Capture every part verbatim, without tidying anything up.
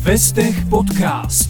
Vestech Podcast.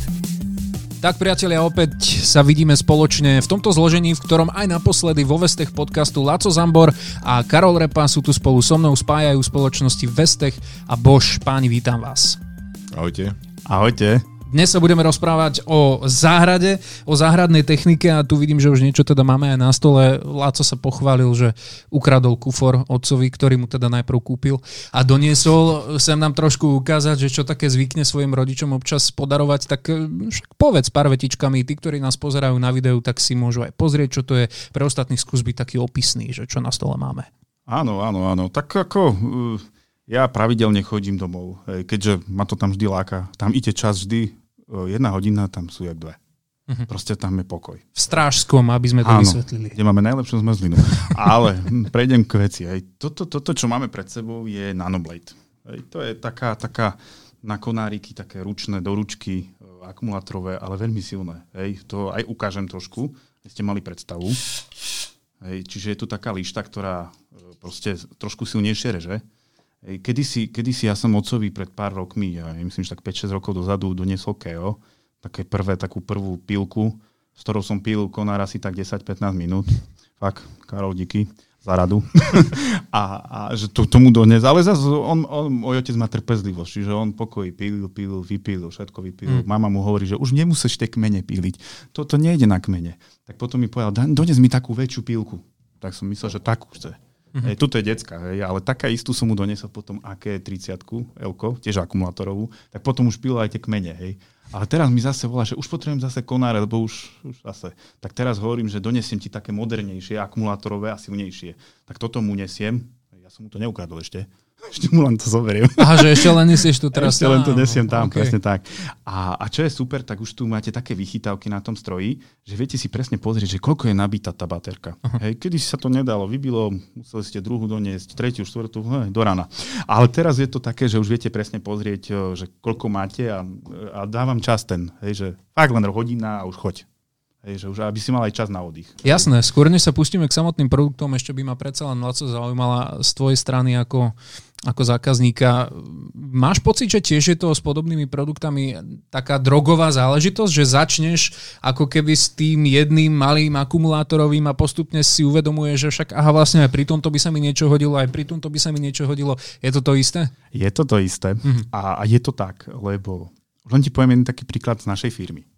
Tak priatelia, opäť sa vidíme spoločne v tomto zložení, v ktorom aj naposledy vo Vestech podcastu Laco Zambor a Karol Repa sú tu spolu so mnou, spájajú spoločnosti Vestech a Bosch. Páni, vítam vás. Ahojte. Ahojte. Dnes sa budeme rozprávať o záhrade, o záhradnej technike a tu vidím, že už niečo teda máme aj na stole. Láco sa pochválil, že ukradol kufor otcovi, ktorý mu teda najprv kúpil a doniesol. Sem nám trošku ukázať, že čo také zvykne svojim rodičom občas podarovať, tak však povedz pár vetičkami. Tí, ktorí nás pozerajú na videu, tak si môžu aj pozrieť, čo to je. Pre ostatných skús byť taký opisný, že čo na stole máme. Áno, áno, áno. Tak ako... Uh... Ja pravidelne chodím domov, keďže ma to tam vždy láka. Tam ide čas vždy, jedna hodina, tam sú jak dve. Uh-huh. Proste tam je pokoj. V Strážskom, aby sme to Áno, vysvetlili. kde máme najlepšiu zmrzlinu. Ale prejdem k veci. Toto, toto, čo máme pred sebou, je Nanoblade. To je taká, taká na konáriky, také ručné, do ručky, akumulátorové, ale veľmi silné. To aj ukážem trošku, aby ste mali predstavu. Čiže je tu taká lišta, ktorá proste trošku silnejšie reže. Kedysi, kedysi ja som otcovi pred pár rokmi, ja myslím, že tak päť šesť rokov dozadu doniesol Keo, také prvé, takú prvú pílku, s ktorou som píl konár asi tak desať pätnásť minút. Fakt, Karol, díky za radu. a, a že to, tomu dones, ale zase on, on, môj otec má trpezlivosť, čiže on pokojí pílil, pílil, vypílil, všetko vypílil. Mm. Mama mu hovorí, že už nemusíš tie kmene píliť. Toto nejde na kmene. Tak potom mi povedal, dones mi takú väčšiu pílku. Tak som myslel, že takú chce. Mm-hmm. Hej, tuto je decka, hej, ale taká istú som mu doniesol potom á ká tridsiatku, Elko, tiež akumulátorovú, tak potom už pil aj tie kmene, hej. Ale teraz mi zase volá, že už potrebujem zase konáre, lebo už, už zase. Tak teraz hovorím, že donesiem ti také modernejšie, akumulátorové a silnejšie. Tak toto mu nesiem, ja som mu to neukradol ešte. Ešte mu len to zoberiem. Aha, že ešte len nesieš tu teraz. Ešte len to nesiem tam, okay. Presne tak. A, a čo je super, tak už tu máte také vychytávky na tom stroji, že viete si presne pozrieť, že koľko je nabitá tá baterka. Uh-huh. Hej, kedy si sa to nedalo, vybilo, museli ste druhú doniesť, tretiu, štvrtú, hej, do rána. Ale teraz je to také, že už viete presne pozrieť, že koľko máte a, a dávam čas ten, hej, že fakt len hodina a už choď. Hej, že už aby si mal aj čas na oddych. Jasné, skôr než sa pustíme k samotným produktom, ešte by ma predsa len Laco zaujímala z tvojej strany ako, ako zákazníka. Máš pocit, že tiež je to s podobnými produktami taká drogová záležitosť, že začneš ako keby s tým jedným malým akumulátorovým a postupne si uvedomuješ, že však aha, vlastne aj pri tomto by sa mi niečo hodilo, aj pri tomto by sa mi niečo hodilo. Je to to isté? Je to to isté mhm. a, a je to tak, lebo len ti poviem jeden taký príklad z našej firmy.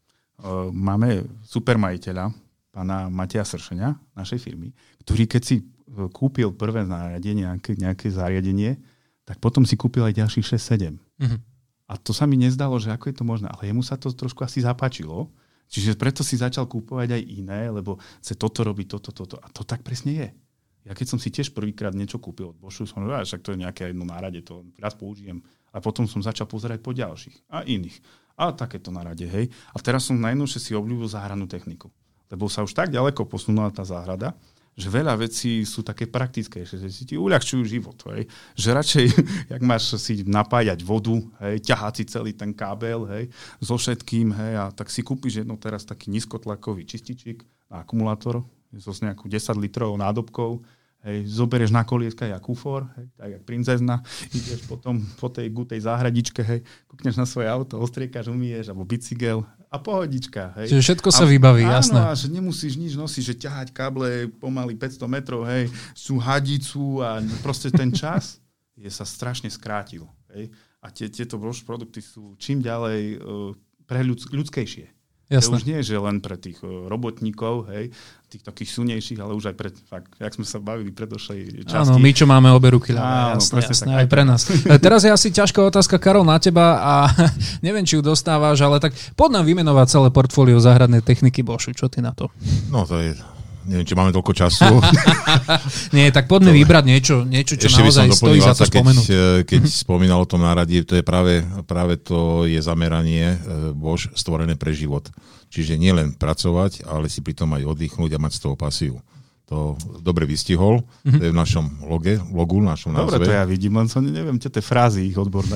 Máme supermajiteľa, pána Mateja Sršenia, našej firmy, ktorý keď si kúpil prvé zariadenie, nejaké, nejaké zariadenie, tak potom si kúpil aj ďalších šesť sedem. Uh-huh. A to sa mi nezdalo, že ako je to možné, ale jemu sa to trošku asi zapáčilo, čiže preto si začal kúpovať aj iné, lebo chce toto robiť, toto, toto. A to tak presne je. Ja keď som si tiež prvýkrát niečo kúpil od Boschu, som povedal, že to je nejaké jedno nárade, to raz použijem. A potom som začal pozerať po ďalších a iných. A takéto na rade, hej. A teraz som najnovšie si obľúbil záhradnú techniku. Lebo sa už tak ďaleko posunula tá záhrada, že veľa vecí sú také praktické, že si ti uľahčujú život, hej. Že radšej, jak máš si napájať vodu, hej, ťahať si celý ten kábel, hej, so všetkým, hej, a tak si kúpiš jedno teraz taký nízkotlakový čističík na akumulátor, so s nejakou desať litrov nádobkou, hej, zoberieš na kolieska jak kufor, hej, tak jak princezna, ideš potom po tej gutej záhradičke, hej, kúkneš na svoje auto, ostriekaš, umieš, alebo bicykel a pohodička. Hej. Čiže všetko sa a, vybaví, áno, jasné. Áno, a že nemusíš nič nosiť, že ťahať káble pomaly päťsto metrov, hej, sú hadicu a proste ten čas je sa strašne skrátil. Hej. A tie, tieto produkty sú čím ďalej uh, pre ľud, ľudskejšie. Jasné. To už nie je, že len pre tých robotníkov, hej, tých takých silnejších, ale už aj pre, fakt, jak sme sa bavili predošlej časti. Áno, my čo máme obe ruky ľavé, jasné, jasné, aj pre nás. Teraz je asi ťažká otázka, Karol, na teba a neviem, či ju dostávaš, ale tak poď nám vymenovať celé portfólio záhradnej techniky Boschu. Čo ty na to? No to je... Neviem, či máme toľko času. Nie, tak poďme to vybrať niečo, niečo čo ešte naozaj stojí za to spomenúť. Keď, keď spomínal o tom náradí, to je práve, práve to je zameranie Bosch stvorené pre život. Čiže nie len pracovať, ale si pritom aj oddychnúť a mať z toho pasiu. to dobre vystihol. Mm-hmm. To je v našom loge, logu, v našom názve. Dobre, to ja vidím, len som neviem, tie frázy ich odborné.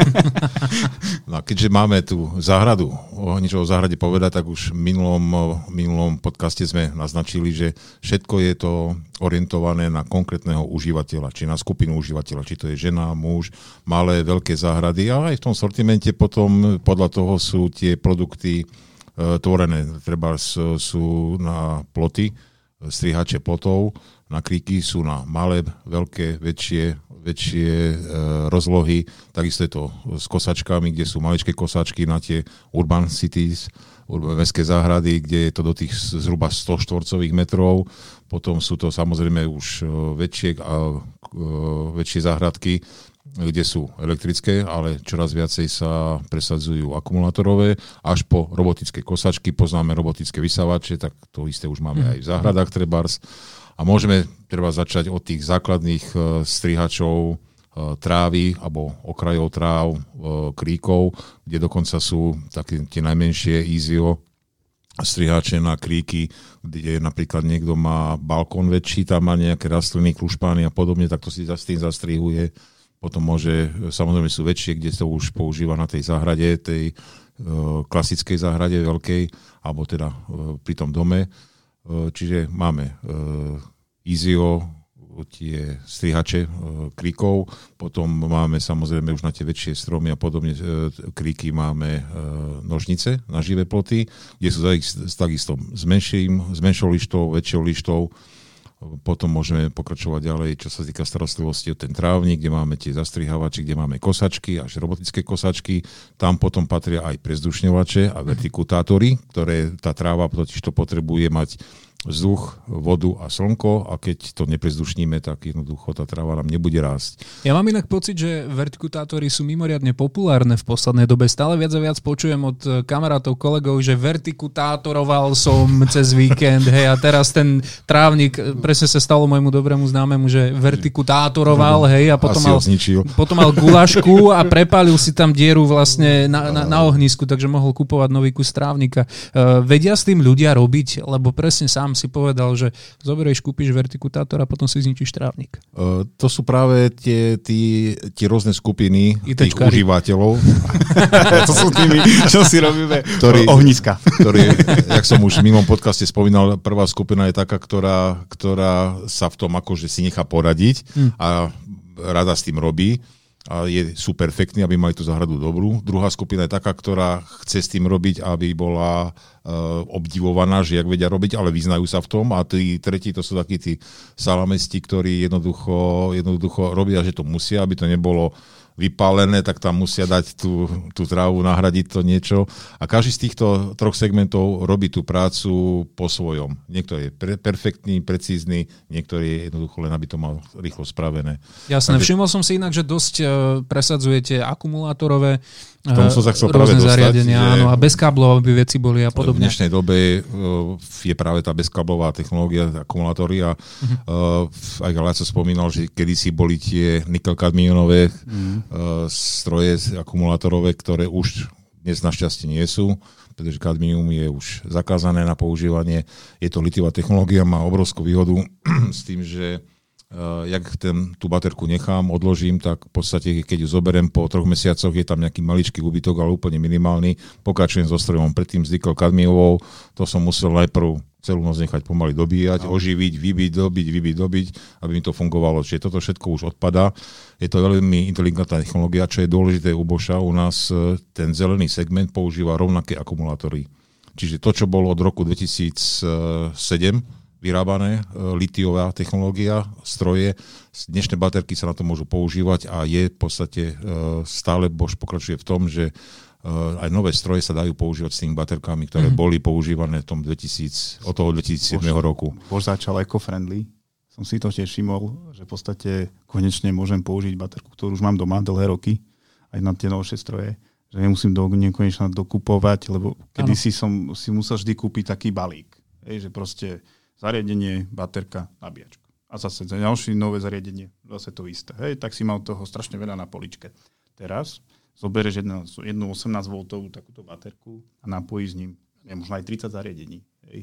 No a keďže máme tú záhradu, o niečo o záhrade povedať, tak už v minulom, minulom podcaste sme naznačili, že všetko je to orientované na konkrétneho užívateľa, či na skupinu užívateľa, či to je žena, muž, malé, veľké záhrady, ale aj v tom sortimente potom podľa toho sú tie produkty e, tvorené. Treba sú na ploty, strihače plotov, na kríky sú na malé, veľké, väčšie, väčšie e, rozlohy. Takisto je to s kosačkami, kde sú maličké kosačky na tie urban cities, mestské záhrady, kde je to do tých zhruba sto štvorcových metrov. Potom sú to samozrejme už väčšie, a, väčšie záhradky, kde sú elektrické, ale čoraz viacej sa presadzujú akumulátorové, až po robotické kosačky, poznáme robotické vysávače, tak to isté už máme aj v záhradách trebárs. A môžeme treba začať od tých základných strihačov trávy alebo okrajov tráv, kríkov, kde dokonca sú také tie najmenšie Easio strihače na kríky, kde napríklad niekto má balkón väčší, tam má nejaké rastliny, krušpány a podobne, tak to si s tým zastrihuje. Potom môže, samozrejme sú väčšie, kde sa už používa na tej záhrade, tej e, klasickej záhrade veľkej, alebo teda e, pri tom dome. E, čiže máme e, Easio, tie strihače e, kríkov, potom máme samozrejme už na tie väčšie stromy a podobne e, kríky máme e, nožnice na živé ploty, kde sú takisto s menším, s menšou lištou, väčšou lištou. Potom môžeme pokračovať ďalej, čo sa týka starostlivosti o ten trávnik, kde máme tie zastrihávače, kde máme kosačky, až robotické kosačky. Tam potom patria aj prezdušňovače a vertikutátory, ktoré tá tráva totiž to potrebuje mať vzduch, vodu a slnko a keď to neprezdušníme, tak jednoducho tá tráva nám nebude rásť. Ja mám inak pocit, že vertikutátory sú mimoriadne populárne v poslednej dobe. Stále viac a viac počujem od kamarátov, kolegov, že vertikutátoroval som cez víkend, hej, a teraz ten trávnik, presne sa stalo môjmu dobrému známemu, že vertikutátoroval, hej, a potom mal, potom mal gulášku a prepálil si tam dieru vlastne na, na, na ohnisku, takže mohol kupovať nový kus trávnika. Uh, vedia s tým ľudia robiť, lebo presne sám si povedal, že zoberieš, kúpiš vertikutátor a potom si zničíš trávnik. Uh, to sú práve tie, tie, tie rôzne skupiny tých užívateľov. To sú tými, čo si robíme ktorí, ohniska. Ktorí, jak som už v minulom podcaste spomínal, prvá skupina je taká, ktorá, ktorá sa v tom akože si nechá poradiť hmm. a rada s tým robí. A je super perfektný, aby mali tú záhradu dobrú. Druhá skupina je taká, ktorá chce s tým robiť, aby bola uh, obdivovaná, že jak vedia robiť, ale vyznajú sa v tom. A tí tretí, to sú takí tí salamesti, ktorí jednoducho, jednoducho robia, že to musia, aby to nebolo vypálené, tak tam musia dať tú, tú trávu, nahradiť to niečo. A každý z týchto troch segmentov robí tú prácu po svojom. Niektorý je pre, perfektný, precízny, niektorý je jednoducho len, aby to mal rýchlo spravené. Jasné, Takže... všimol som si inak, že dosť uh, presadzujete akumulátorové K tomu som sa chcel práve rôzne dostať, zariadenia, áno, a bez káblov, aby veci boli a podobne. V dnešnej dobe je práve tá bezkáblová technológia, akumulátory a uh-huh. uh, aj Galáca spomínal, že kedysi boli tie nikel-kadmionové uh-huh. uh, stroje akumulátorové, ktoré už dnes našťastie nie sú, pretože kadmium je už zakázané na používanie. Je to litiová technológia, má obrovskú výhodu s tým, že Uh, jak ten, tú baterku nechám, odložím, tak v podstate, keď ju zoberiem po troch mesiacoch, je tam nejaký maličký úbytok, ale úplne minimálny. Pokračujem so strojom. Predtým s nikel-kadmiovou, to som musel najprv celú noc nechať pomaly dobíjať, no. oživiť, vybiť, dobiť, vybiť, dobiť, aby mi to fungovalo. Čiže toto všetko už odpadá. Je to veľmi inteligentná technológia, čo je dôležité u Boscha. U nás ten zelený segment používa rovnaké akumulátory. Čiže to, čo bolo od roku dvetisícsedem, vyrábané, litiová technológia, stroje. Dnešné baterky sa na to môžu používať a je v podstate stále Bosch pokračuje v tom, že aj nové stroje sa dajú používať s tými baterkami, ktoré mm-hmm. boli používané v tom dvetisíc, od toho dvetisícsedem roku. Bosch začal eco-friendly. Som si to tiež všimol, že v podstate konečne môžem použiť baterku, ktorú už mám doma dlhé roky, aj na tie novšie stroje, že nemusím do nekonečna dokupovať, lebo kedysi som si musel vždy kúpiť taký balík, hej, že proste zariadenie, baterka, nabíjačka. A zase ďalšie nové zariadenie, zase to isté. Hej, tak si mal toho strašne veľa na poličke. Teraz zoberieš jednu, jednu osemnásť voltovú takúto baterku a napojíš s ním, je možno aj tridsať zariadení. Hej.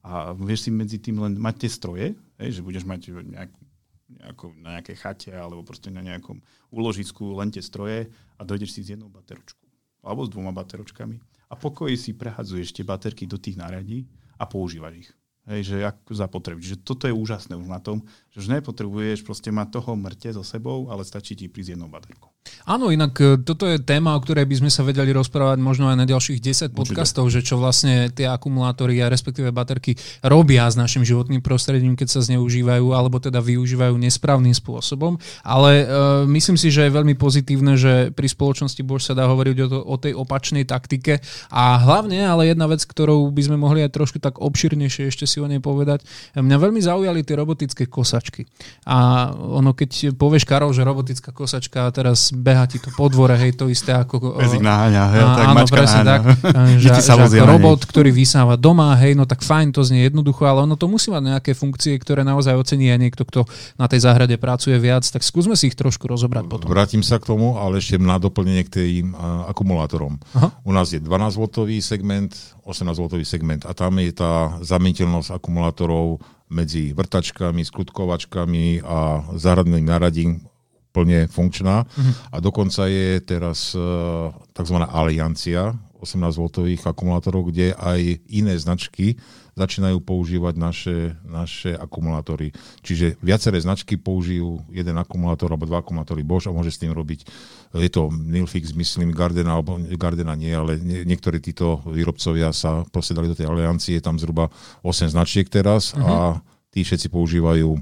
A vieš si medzi tým len mať tie stroje, hej, že budeš mať nejak, nejako, na nejakej chate alebo proste na nejakom úložisku len tie stroje a dojdeš si s jednou bateročkou alebo s dvoma bateročkami a pokoji si prehadzuješ tie baterky do tých náradí a používaš ich. Hej, že ako zapotrebiť. Že toto je úžasné už na tom, že už nepotrebuješ proste mať toho mŕte so sebou, ale stačí ti prísť jednou baterkou. Áno, inak toto je téma, o ktorej by sme sa vedeli rozprávať možno aj na ďalších desať podcastov, že čo vlastne tie akumulátory a respektíve baterky robia s našim životným prostredím, keď sa zneužívajú alebo teda využívajú nesprávnym spôsobom. Ale uh, myslím si, že je veľmi pozitívne, že pri spoločnosti Bož sa dá hovoriť o, to, o tej opačnej taktike a hlavne, ale jedna vec, ktorou by sme mohli aj trošku tak obširnejšie ešte si o nej povedať. Mňa veľmi zaujali tie robotické kosačky. A ono, keď povieš, Karol, že robotická kosačka a teraz beha ti to po dvore, hej, to isté ako... Pezik naháňa, hej, tak áno, mačka presne naháňa. Tak, že, že ako robot, ktorý vysáva doma, hej, no tak fajn, to znie jednoducho, ale ono to musí mať nejaké funkcie, ktoré naozaj ocení aj niekto, kto na tej záhrade pracuje viac, tak skúsme si ich trošku rozobrať potom. Vrátim sa k tomu, ale ešte na doplnenie k tým uh, akumulátorom. Aha. U nás je dvanásťvoltový segment, osemnásťvoltový segment a tam je tá zamieniteľnosť akumulátorov medzi vrtačkami, skutkovačkami a záhradným náradím plne funkčná. Uh-huh. A dokonca je teraz uh, tzv. Aliancia osemnásťvoltových akumulátorov, kde aj iné značky začínajú používať naše, naše akumulátory. Čiže viaceré značky použijú jeden akumulátor alebo dva akumulátory Bosch a môže s tým robiť. Je to Nilfix, myslím, Gardena, alebo Gardena nie, ale nie, niektorí títo výrobcovia sa proste dali do tej aliancie. Je tam zhruba osem značiek teraz uh-huh. a tí všetci používajú,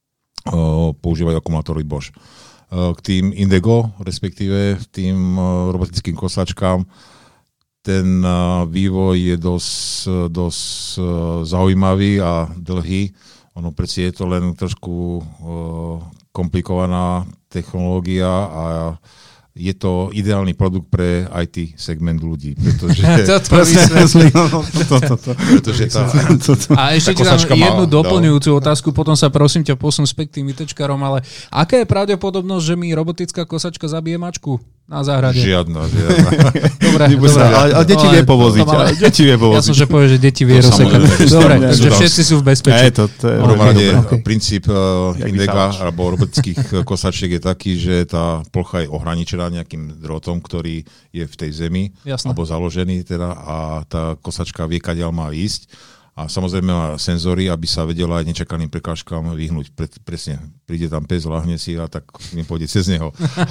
uh, používajú akumulátory Bosch. K tým Indego, respektíve tým robotickým kosačkám, ten vývoj je dosť, dosť zaujímavý a dlhý. Ono predsa je to len trošku komplikovaná technológia a je to ideálny produkt pre í té segment ľudí, pretože... Toto vysvetlí. pretože tá, a ešte ti dám jednu doplňujúcu otázku, potom sa prosím ťa posun späť k tým ITčkarom, ale aká je pravdepodobnosť, že mi robotická kosačka zabije mačku na záhrade? Žiadna, žiadna. Dobre, dobre. Ale, ale deti vie povoziť. Ale deti vie povoziť. Ja som, že povie, že deti vie rozsekať. Dobre, takže všetci sú v bezpečí. Je to, to je okay, okay. Princíp uh, Indega alebo robotických kosačiek je taký, že tá plocha je ohraničená nejakým drotom, ktorý je v tej zemi, Jasne. alebo založený teda a tá kosačka vie, kadiaľ má ísť. A samozrejme má senzory, aby sa vedela aj nečakaným prekážkam vyhnúť. Pre, presne, príde tam pes, lahne si a tak nepôjde cez neho.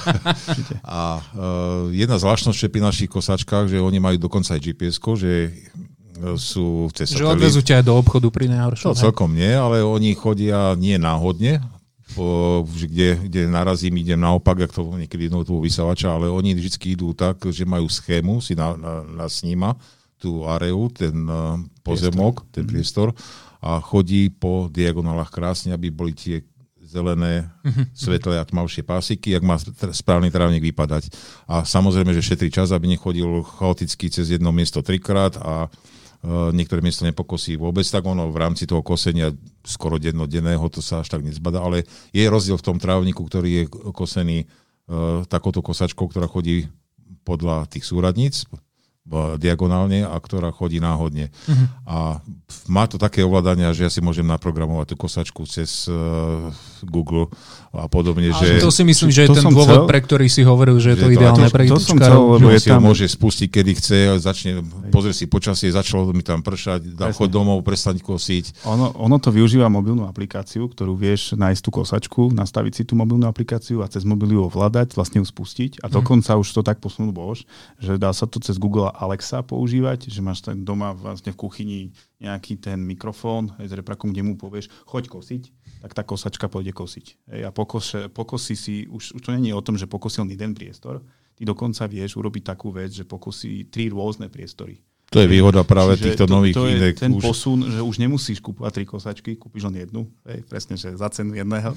a uh, jedna zvláštnosť je pri našich kosačkách, že oni majú dokonca aj gé pé esko, že sú cez satelit. Že odvezú ťa aj do obchodu pri najhoršom. To celkom nie, ale oni chodia nie náhodne, po, kde, kde narazím, idem naopak, jak to niekedy jednou toho vysávača, ale oni vždy idú tak, že majú schému, si na, na, na sníma tú areu, ten uh, pozemok, ten priestor a chodí po diagonálach krásne, aby boli tie zelené, svetlé a tmavšie pásiky, jak má správny trávnik vypadať. A samozrejme, že šetrí čas, aby nechodil chaoticky cez jedno miesto trikrát a uh, niektoré miesto nepokosí vôbec, tak ono v rámci toho kosenia skoro dennodenného, to sa až tak nezbadá, ale je rozdiel v tom trávniku, ktorý je kosený uh, takouto kosačkou, ktorá chodí podľa tých súradníc, diagonálne a ktorá chodí náhodne. Uh-huh. A má to také ovládania, že ja si môžem naprogramovať tú kosačku cez uh, Google a podobne. A že... To si myslím, že je ten dôvod, cel... pre ktorý si hovoril, že je to ideálne pre ITčkárov. Lebo je tam... môže spustiť, kedy chce, začne, pozrie si počasie, začalo mi tam pršať, dá chod domov, prestaň kosiť. Ono, ono to využíva mobilnú aplikáciu, ktorú vieš nájsť tú kosačku, nastaviť si tú mobilnú aplikáciu a cez mobil ju ovládať, vlastne ju spustiť. A dokonca uh-huh. už to tak posunul Bož, že dá sa to cez Google Alexa používať, že máš tam doma vlastne v kuchyni nejaký ten mikrofón, s reprakom, kde mu povieš, choď kosiť, tak tá kosačka pôjde kosiť. Ej, a pokos, pokosí si, už, už to nie je o tom, že pokosil jeden priestor, ty dokonca vieš urobiť takú vec, že pokosí tri rôzne priestory. To je výhoda práve Čiže týchto to, nových to inek. To je ten už... posun, že už nemusíš kúpovať tri kosačky, kúpiš len jednu. Hej, presne, že za cenu jedného.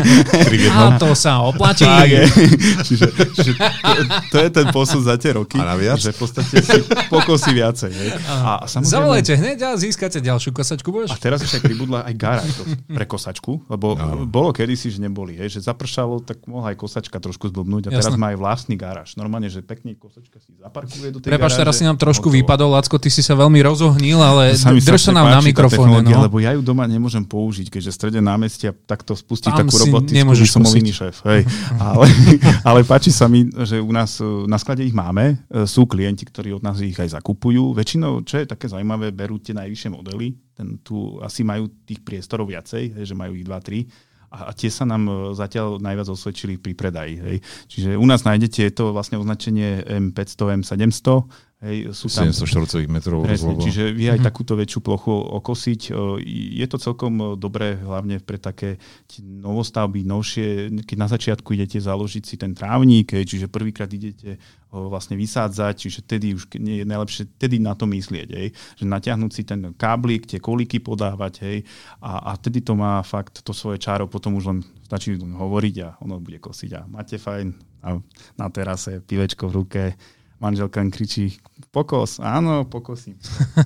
A to sa oplatí. Čiže, čiže to, to je ten posun za tie roky. A naviac? Že v podstate si pokosí viacej. Hej. A, a zavolajte hneď a získate ďalšiu kosačku. Budeš? A teraz ešte pribudla aj garáž pre kosačku, lebo no. bolo kedysi, že neboli. Hej, že zapršalo, tak mohla aj kosačka trošku zblbnúť. A Jasne. Teraz má aj vlastný garáž. Normálne, že pekne kosačka si zaparkuje do tej Prepáč, garáže. teraz si nám trošku vypadol a Lacko, ty si sa veľmi rozohnil, ale Sami drž sa nám na mikrofóne. No. Lebo ja ju doma nemôžem použiť, keďže v strede námestia takto spustí Tam takú robotickú, že som bol iný šéf. Hej. ale, ale páči sa mi, že u nás na sklade ich máme. Sú klienti, ktorí od nás ich aj zakupujú. Väčšinou, čo je také zaujímavé, berú tie najvyššie modely. Ten, tu asi majú tých priestorov viacej, hej, že majú ich dva tri. A tie sa nám zatiaľ najviac osvedčili pri predaji. Hej. Čiže u nás nájdete, je to vlastne označenie em päťsto, em sedemsto. Hej, sú tam sedemsto štvorcových metrov rozlohu. Čiže vy aj takúto väčšiu plochu okosiť. Je to celkom dobré, hlavne pre také novostavby, novšie, keď na začiatku idete založiť si ten trávnik, hej, čiže prvýkrát idete ho vlastne vysádzať, čiže tedy už nie je najlepšie tedy na to myslieť, hej, že natiahnuť si ten káblik, tie kolíky podávať, hej, a, a tedy to má fakt to svoje čáro, potom už len stačí hovoriť a ono bude kosiť. A máte fajn a na terase, pivečko v ruke, manželka kričí, pokos, áno, pokosím.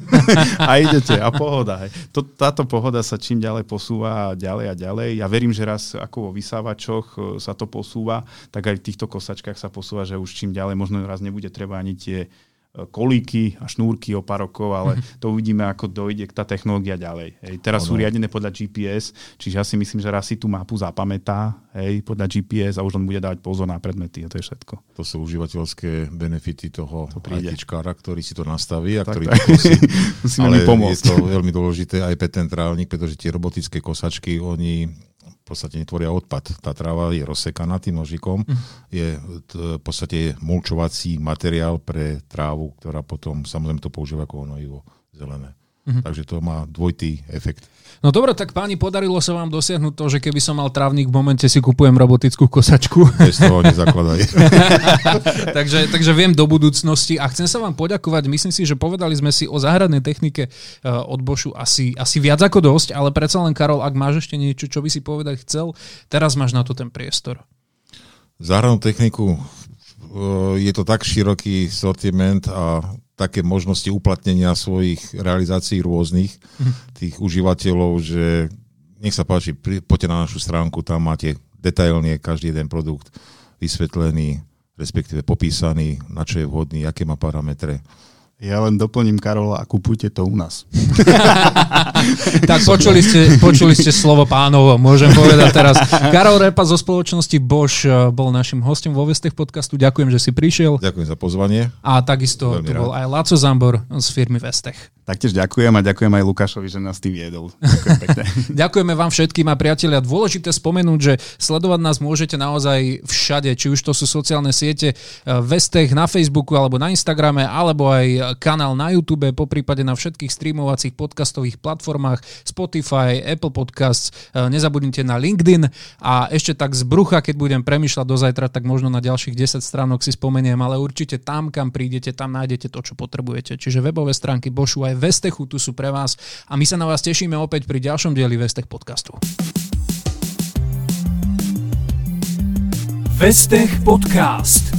A idete, a pohoda. Hej. To, táto pohoda sa čím ďalej posúva ďalej a ďalej. Ja verím, že raz ako vo vysávačoch sa to posúva, tak aj v týchto kosačkách sa posúva, že už čím ďalej možno raz nebude treba ani tie kolíky a šnúrky o pár rokov, ale mm-hmm. to uvidíme, ako dojde tá technológia ďalej. Hej. Teraz ono. Sú riadené podľa gé pé es, čiže ja si myslím, že raz si tú mapu zapamätá, hej, podľa gé pé es a už len bude dávať pozor na predmety a to je všetko. To sú užívateľské benefity toho ITčkára, ktorý si to nastaví a tak, ktorý tak. to kosí. Ale je to veľmi dôležité aj pre ten trávnik, pretože tie robotické kosačky, oni v podstate netvoria odpad. Tá tráva je rozsekaná tým nožikom, mm. je v podstate mulčovací materiál pre trávu, ktorá potom samozrejme to používa ako hnojivo zelené. Mm-hmm. Takže to má dvojitý efekt. No dobre, tak páni, podarilo sa vám dosiahnuť to, že keby som mal trávnik, v momente si kupujem robotickú kosačku. Bez toho nezakladaj. takže, takže viem do budúcnosti a chcem sa vám poďakovať. Myslím si, že povedali sme si o záhradnej technike od Boschu asi, asi viac ako dosť, ale predsa len, Karol, ak máš ešte niečo, čo by si povedať chcel, teraz máš na to ten priestor. Záhradnú techniku, je to tak široký sortiment a také možnosti uplatnenia svojich realizácií rôznych tých užívateľov, že nech sa páči, poďte na našu stránku, tam máte detailne každý jeden produkt vysvetlený, respektíve popísaný, na čo je vhodný, aké má parametre. Ja len doplním, Karola, a kupujte to u nás. Tak počuli ste, počuli ste slovo pánovo, môžem povedať teraz. Karol Repa zo spoločnosti Bosch bol našim hostom vo Vestech podcastu. Ďakujem, že si prišiel. Ďakujem za pozvanie. A takisto tu bol aj Laco Zambor z firmy Vestech. Taktiež ďakujem a ďakujem aj Lukášovi, že nás tým viedol. Ďakujem pekne. Ďakujeme vám všetkým a priatelia. Dôležité spomenúť, že sledovať nás môžete naozaj všade, či už to sú sociálne siete Vestech na Facebooku alebo na Instagrame, alebo aj kanál na YouTube, poprípade na všetkých streamovacích podcastových platformách Spotify, Apple Podcasts. Nezabudnite na LinkedIn a ešte tak z brucha, keď budem premýšľať do zajtra, tak možno na ďalších desať stránok si spomeniem, ale určite tam, kam prídete, tam nájdete to, čo potrebujete. Čiže webové stránky Boschu aj Vestechu tu sú pre vás a my sa na vás tešíme opäť pri ďalšom dieli Vestech podcastu. Vestech podcast.